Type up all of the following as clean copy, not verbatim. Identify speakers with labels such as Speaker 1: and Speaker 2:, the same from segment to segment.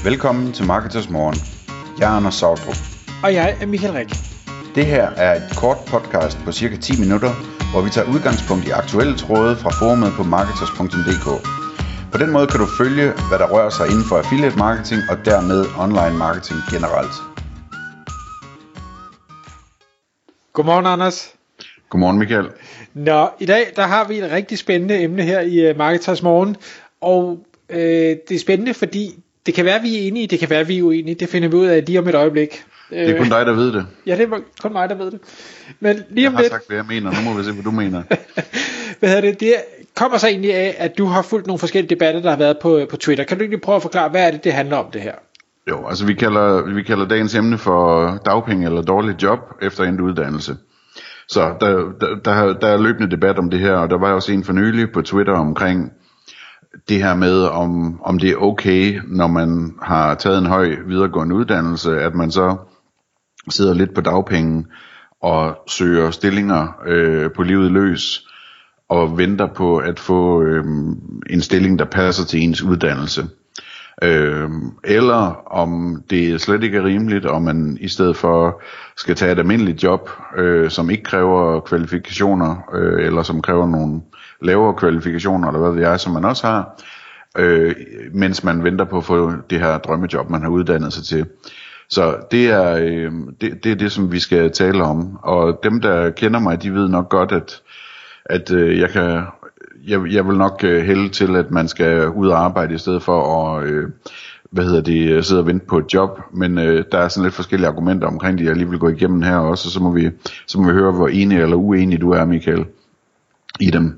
Speaker 1: Velkommen til Marketers Morgen. Jeg er Anders Sautrup.
Speaker 2: Og jeg er Michael Rik.
Speaker 1: Det her er et kort podcast på cirka 10 minutter, hvor vi tager udgangspunkt i aktuelle tråde fra forumet på marketers.dk. På den måde kan du følge, hvad der rører sig inden for affiliate marketing og dermed online marketing generelt.
Speaker 2: Godmorgen, Anders.
Speaker 1: Godmorgen, Michael.
Speaker 2: Nå, i dag der har vi et rigtig spændende emne her i Marketers Morgen. Og det er spændende, fordi det kan være, at vi er enige, det kan være, at vi er uenige. Det finder vi ud af lige om et øjeblik.
Speaker 1: Det er kun dig, der ved det.
Speaker 2: Ja, det er kun mig, der ved det. Men lige om
Speaker 1: jeg har
Speaker 2: lidt...
Speaker 1: sagt, hvad jeg mener. Nu må vi se, hvad du mener.
Speaker 2: Det kommer så egentlig af, at du har fulgt nogle forskellige debatter, der har været på Twitter. Kan du ikke prøve at forklare, hvad er det handler om det her?
Speaker 1: Jo, altså vi kalder dagens emne for dagpenge eller dårligt job efter endt uddannelse. Så der er løbende debat om det her, og der var også en for nylig på Twitter omkring det her med, om det er okay, når man har taget en høj videregående uddannelse, at man så sidder lidt på dagpenge og søger stillinger på livet løs og venter på at få en stilling, der passer til ens uddannelse. Eller om det slet ikke er rimeligt, om man i stedet for skal tage et almindeligt job, som ikke kræver kvalifikationer, eller som kræver nogle lavere kvalifikationer, eller hvad ved jeg, som man også har, mens man venter på at få det her drømmejob, man har uddannet sig til. Så det er det, som vi skal tale om. Og dem, der kender mig, de ved nok godt, at jeg vil nok hælde til, at man skal ud og arbejde i stedet for at sidde og vente på et job. Men der er sådan lidt forskellige argumenter omkring det, jeg lige vil gå igennem her også, og så må vi høre, hvor enig eller uenig du er, Michael, i dem.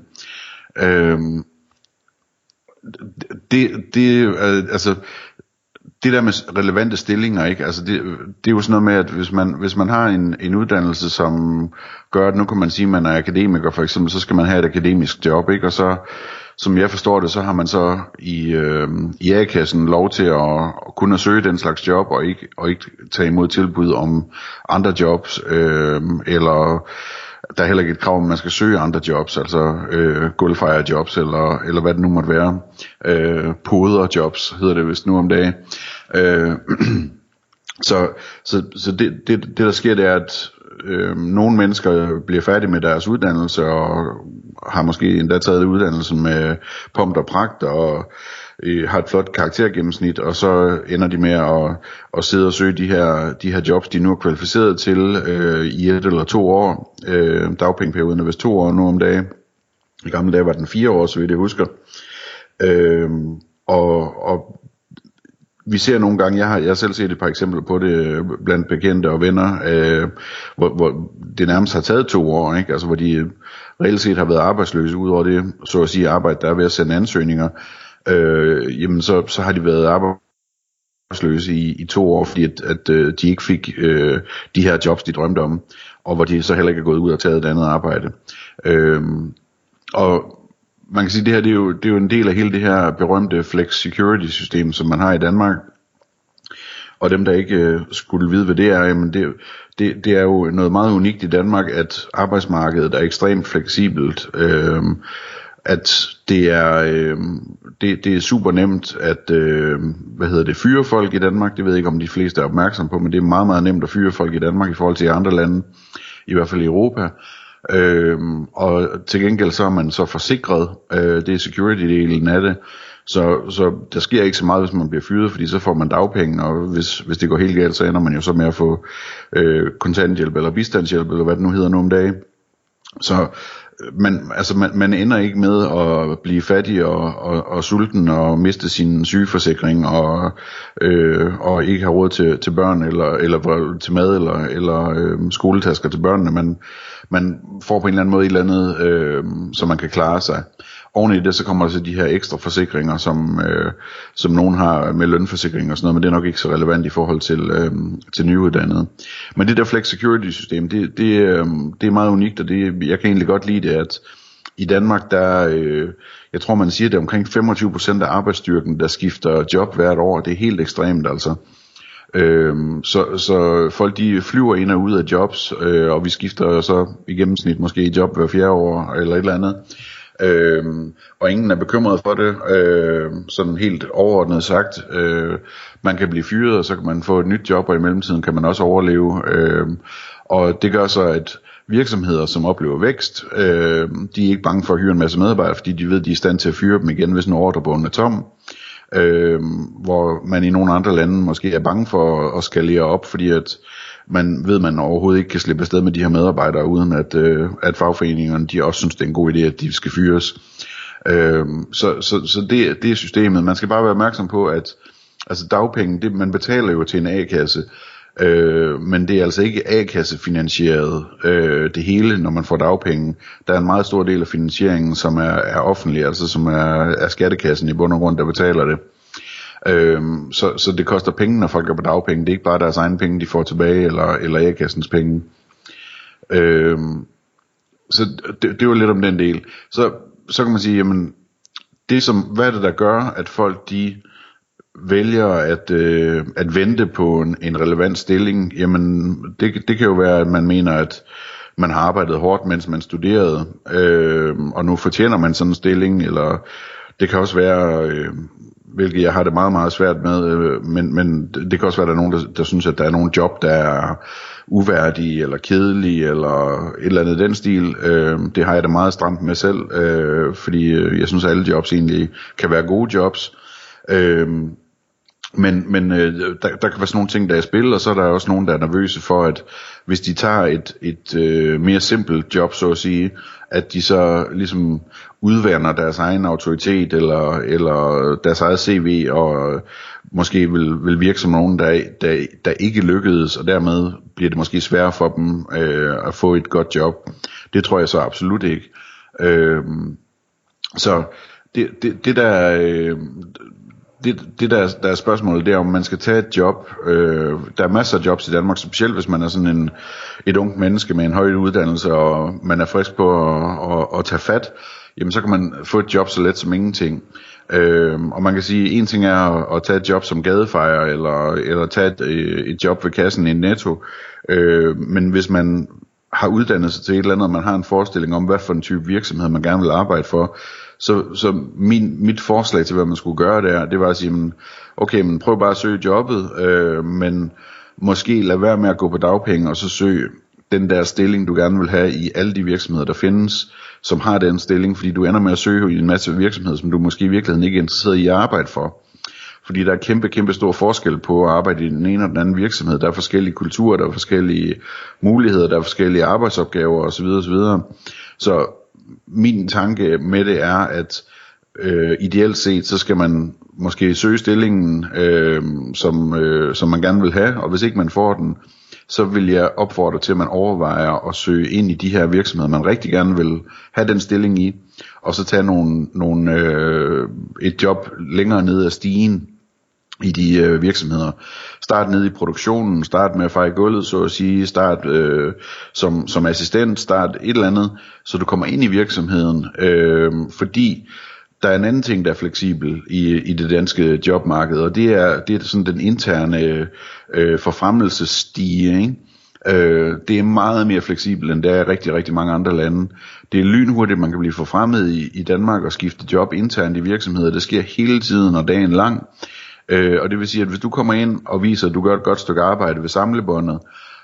Speaker 1: Det der med relevante stillinger, ikke? Altså det er jo sådan noget med, at hvis man har en uddannelse, som gør, at nu kan man sige, at man er akademiker for eksempel, så skal man have et akademisk job, ikke? Og så, som jeg forstår det, så har man så i A-kassen lov til at kunne søge den slags job, og ikke tage imod tilbud om andre jobs, eller der er heller ikke et krav, om man skal søge andre jobs, altså gulvfejerjobs, eller hvad det nu måtte være. Poderjobs hedder det vist nu om dagen. Så det der sker, det er, at nogle mennesker bliver færdige med deres uddannelse, og har måske endda taget uddannelsen med pomp og pragt, og har et flot karaktergennemsnit, og så ender de med at sidde og søge de her jobs, de nu er kvalificeret til i 1 eller 2 år. Dagpengeperioden er vist 2 år nu om dagen. I gamle dage var den 4 år, så vidt jeg husker. Og vi ser nogle gange, jeg har selv set et par eksempler på det blandt bekendte og venner, hvor det nærmest har taget 2 år, ikke? Altså hvor de reelt set har været arbejdsløse, ud over det, så at sige arbejde, der er ved at sende ansøgninger. Jamen så har de været arbejdsløse i 2 år, fordi at de ikke fik de her jobs, de drømte om, og hvor de så heller ikke er gået ud og taget et andet arbejde. Og man kan sige, det her det er jo en del af hele det her berømte flex security system, som man har i Danmark. Og dem, der ikke skulle vide, hvad det er, jamen det er jo noget meget unikt i Danmark, at arbejdsmarkedet er ekstremt fleksibelt. At det er super nemt at fyre folk i Danmark. Det ved jeg ikke, om de fleste er opmærksom på, men det er meget, meget nemt at fyre folk i Danmark i forhold til andre lande, i hvert fald i Europa. Og til gengæld så er man så forsikret, det er security-delen af det, så der sker ikke så meget, hvis man bliver fyret, fordi så får man dagpenge, og hvis det går helt galt, så ender man jo så med at få kontanthjælp eller bistandshjælp, eller hvad det nu hedder nu om dagen. Så man ender ikke med at blive fattig og sulten og miste sin sygeforsikring og ikke have råd til børn eller til mad eller skoletasker til børnene. Man får på en eller anden måde et eller andet, så man kan klare sig. Oven i det, så kommer der så de her ekstra forsikringer, som nogen har med lønforsikring og sådan noget, men det er nok ikke så relevant i forhold til nyuddannede. Men det der flex security system, det er meget unikt, og jeg kan egentlig godt lide det, at i Danmark, jeg tror man siger, det er omkring 25% af arbejdsstyrken, der skifter job hvert år. Det er helt ekstremt altså. Så folk de flyver ind og ud af jobs, og vi skifter så i gennemsnit måske job hver 4 år eller et eller andet. Og ingen er bekymret for det, sådan helt overordnet sagt. Man kan blive fyret, og så kan man få et nyt job, og i mellemtiden kan man også overleve. Og det gør så, at virksomheder, som oplever vækst, de er ikke bange for at hyre en masse medarbejdere, fordi de ved, at de er i stand til at fyre dem igen, hvis en ordrebogen er tom. Hvor man i nogle andre lande måske er bange for at skalere op, fordi at man overhovedet ikke kan slippe afsted med de her medarbejdere, uden at fagforeningerne de også synes, det er en god idé, at de skal fyres. Så det er systemet. Man skal bare være opmærksom på, at altså dagpenge, man betaler jo til en A-kasse, men det er altså ikke A-kassefinansieret det hele, når man får dagpenge. Der er en meget stor del af finansieringen, som er offentlig, altså som er skattekassen i bund og grund, der betaler det. Så det koster penge, når folk er på dagpenge. Det er ikke bare deres egne penge, de får tilbage, eller A-kassens penge. Så det var lidt om den del. Så kan man sige, jamen, hvad er det, der gør, at folk de vælger at vente på en relevant stilling? Jamen, det kan jo være, at man mener, at man har arbejdet hårdt, mens man studerede, og nu fortjener man sådan en stilling, eller det kan også være, hvilket jeg har det meget, meget svært med, men det kan også være, at der er nogen, der synes, at der er nogle job, der er uværdige, eller kedelige, eller et eller andet den stil. Det har jeg det meget stramt med selv, fordi jeg synes, at alle jobs egentlig kan være gode jobs. Men der kan være sådan nogle ting, der er i spil, og så er der også nogen, der er nervøse for, at hvis de tager et mere simpelt job, så at sige, at de så ligesom udvander deres egen autoritet eller deres eget CV, og måske vil virke som nogen, der ikke lykkedes, og dermed bliver det måske sværere for dem at få et godt job. Det tror jeg så absolut ikke. Så det der er spørgsmålet, det er, om man skal tage et job. Der er masser af jobs i Danmark, specielt hvis man er sådan et ungt menneske med en høj uddannelse, og man er frisk på at tage fat, jamen så kan man få et job så let som ingenting. Og man kan sige, en ting er at tage et job som gadefejer, eller tage et job ved kassen i en Netto, men hvis man har uddannet sig til et eller andet, og man har en forestilling om, hvad for en type virksomhed man gerne vil arbejde for, så mit forslag til, hvad man skulle gøre det var at sige, okay, men prøv bare at søge jobbet, men måske lad være med at gå på dagpenge, og så søg den der stilling, du gerne vil have i alle de virksomheder, der findes, som har den stilling, fordi du ender med at søge i en masse virksomheder, som du måske i virkeligheden ikke er interesseret i at arbejde for. Fordi der er kæmpe stor forskel på at arbejde i den ene og den anden virksomhed. Der er forskellige kulturer, der er forskellige muligheder, der er forskellige arbejdsopgaver osv. osv. Så min tanke med det er, at ideelt set, så skal man måske søge stillingen, som man gerne vil have, og hvis ikke man får den, så vil jeg opfordre til, at man overvejer at søge ind i de her virksomheder, man rigtig gerne vil have den stilling i, og så tage et job længere ned ad stigen i de virksomheder. Start ned i produktionen, start med at feje gulvet, så at sige, start som assistent, start et eller andet, så du kommer ind i virksomheden, fordi der er en anden ting, der er fleksibel i det danske jobmarked, og det er sådan den interne forfremmelsesstige, ikke? Det er meget mere fleksibelt, end det er i rigtig, rigtig mange andre lande. Det er lynhurtigt, man kan blive forfremmet i Danmark og skifte job internt i virksomheder. Det sker hele tiden og dagen lang. Og det vil sige, at hvis du kommer ind og viser, at du gør et godt stykke arbejde ved samlebåndet,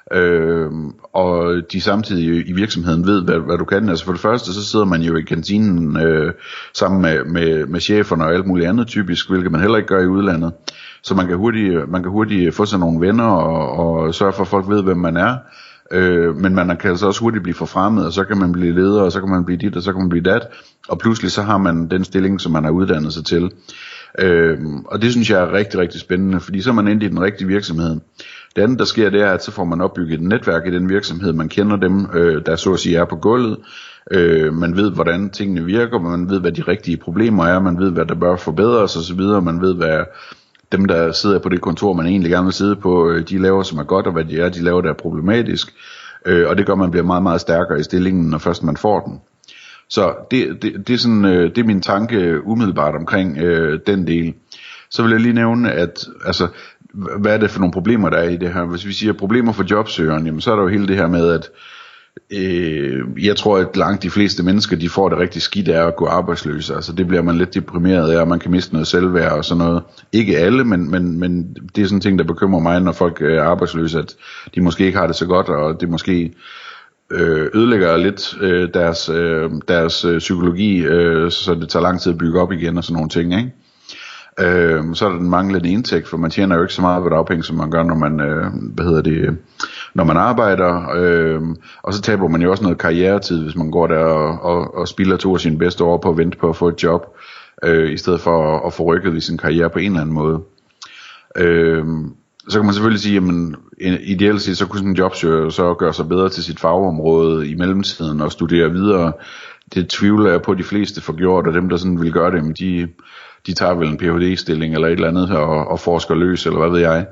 Speaker 1: og de samtidig i virksomheden ved, hvad du kan. Altså for det første, så sidder man jo i kantinen sammen med cheferne og alt muligt andet typisk, hvilket man heller ikke gør i udlandet. Så man kan hurtigt få sig nogle venner og sørge for, at folk ved, hvem man er. Men man kan altså også hurtigt blive forfremmet, og så kan man blive leder, og så kan man blive dit, og så kan man blive dat. Og pludselig så har man den stilling, som man har uddannet sig til. Og det synes jeg er rigtig, rigtig spændende, fordi så er man inde i den rigtige virksomhed. Det andet, der sker, det er, at så får man opbygget et netværk i den virksomhed. Man kender dem, der så at sige er på gulvet. Man ved, hvordan tingene virker, man ved, hvad de rigtige problemer er, man ved, hvad der bør forbedres osv. Man ved, hvad dem, der sidder på det kontor, man egentlig gerne vil sidde på, de laver, som er godt, og hvad de laver, der er problematisk. Og det gør, man bliver meget, meget stærkere i stillingen, når først man får den. Så det er sådan, det er min tanke umiddelbart omkring den del. Så vil jeg lige nævne, at altså, hvad er det for nogle problemer, der er i det her? Hvis vi siger problemer for jobsøgeren, jamen, så er der jo hele det her med, at Jeg tror, at langt de fleste mennesker, de får det rigtig skidt af at gå arbejdsløse. Altså det bliver man lidt deprimeret af, og man kan miste noget selvværd og sådan noget. Ikke alle, men det er sådan en ting, der bekymrer mig, når folk er arbejdsløse, at de måske ikke har det så godt, og det måske ødelægger lidt deres psykologi, så det tager lang tid at bygge op igen og sådan nogle ting, ikke? Så er der den manglende indtægt, for man tjener jo ikke så meget ved dagpenge, som man gør, når man når man arbejder, og så taber man jo også noget karrieretid, hvis man går der og spilder 2 af sine bedste år på at vente på at få et job, i stedet for at få rykket i sin karriere på en eller anden måde. Så kan man selvfølgelig sige, jamen ideelt set, så kunne sådan en jobsøger så gøre sig bedre til sit fagområde i mellemtiden og studere videre. Det tvivler jeg på, de fleste får gjort, og dem der sådan vil gøre det, de tager vel en Ph.D.-stilling eller et eller andet og forsker løs, eller hvad ved jeg.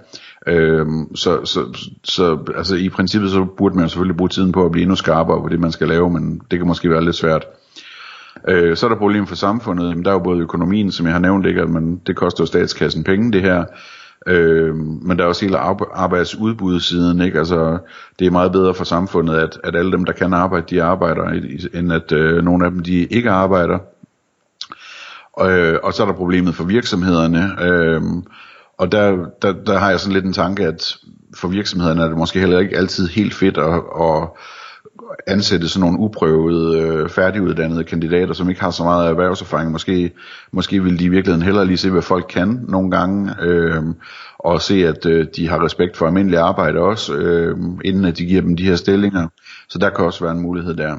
Speaker 1: Så altså i princippet så burde man selvfølgelig bruge tiden på at blive endnu skarpere på det man skal lave, men det kan måske være lidt svært. Så er der problem for samfundet. Der er jo både økonomien, som jeg har nævnt, ikke, men det koster jo statskassen penge det her. Men der er også hele arbejdsudbudssiden, ikke? Altså det er meget bedre for samfundet, at alle dem der kan arbejde, de arbejder, end at nogle af dem de ikke arbejder. Og så er der problemet for virksomhederne, og der har jeg sådan lidt en tanke, at for virksomhederne er det måske heller ikke altid helt fedt at ansætte sådan nogle uprøvede, færdiguddannede kandidater, som ikke har så meget erhvervserfaring. Måske vil de i virkeligheden hellere lige se, hvad folk kan nogle gange, og se, at de har respekt for almindelig arbejde også, inden at de giver dem de her stillinger. Så der kan også være en mulighed der.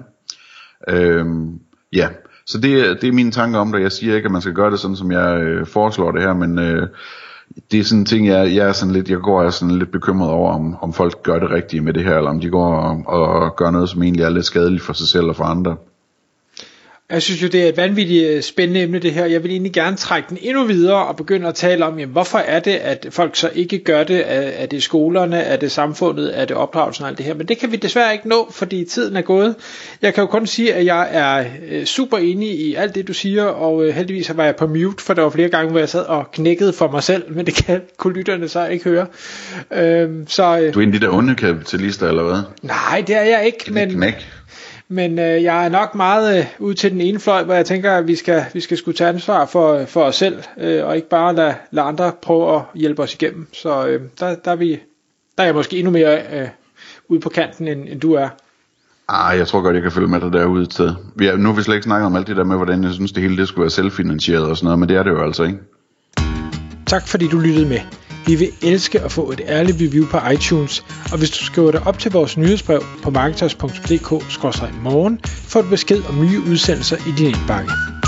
Speaker 1: Ja, så det er mine tanker om det. Jeg siger ikke, at man skal gøre det sådan, som jeg foreslår det her, men det er sådan en ting, jeg går sådan lidt bekymret over, om folk gør det rigtige med det her, eller om de går og gør noget, som egentlig er lidt skadeligt for sig selv og for andre.
Speaker 2: Jeg synes jo, det er et vanvittigt spændende emne det her. Jeg vil egentlig gerne trække den endnu videre og begynde at tale om, jamen, hvorfor er det, at folk så ikke gør det? Er det skolerne? Er det samfundet? Er det opdragelsen og alt det her? Men det kan vi desværre ikke nå, fordi tiden er gået. Jeg kan jo kun sige, at jeg er super enig i alt det, du siger, og heldigvis var jeg på mute, for der var flere gange, hvor jeg sad og knækkede for mig selv, men det kunne lytterne så ikke høre.
Speaker 1: Du er en af de der onde kapitalister, eller hvad?
Speaker 2: Nej, det er jeg ikke, men jeg er nok meget ud til den ene fløj, hvor jeg tænker, at vi skal skulle tage ansvar for os selv, og ikke bare lade andre prøve at hjælpe os igennem. Så der er jeg måske endnu mere ude på kanten, end du er.
Speaker 1: Jeg tror godt, jeg kan følge med dig derude til. Nu har vi slet ikke snakket om alt det der med, hvordan jeg synes, det hele det skulle være selvfinansieret og sådan noget, men det er det jo altså ikke.
Speaker 2: Tak fordi du lyttede med. Vi vil elske at få et ærligt review på iTunes, og hvis du skriver dig op til vores nyhedsbrev på marketers.dk/morgen, får du besked om nye udsendelser i din indbakke.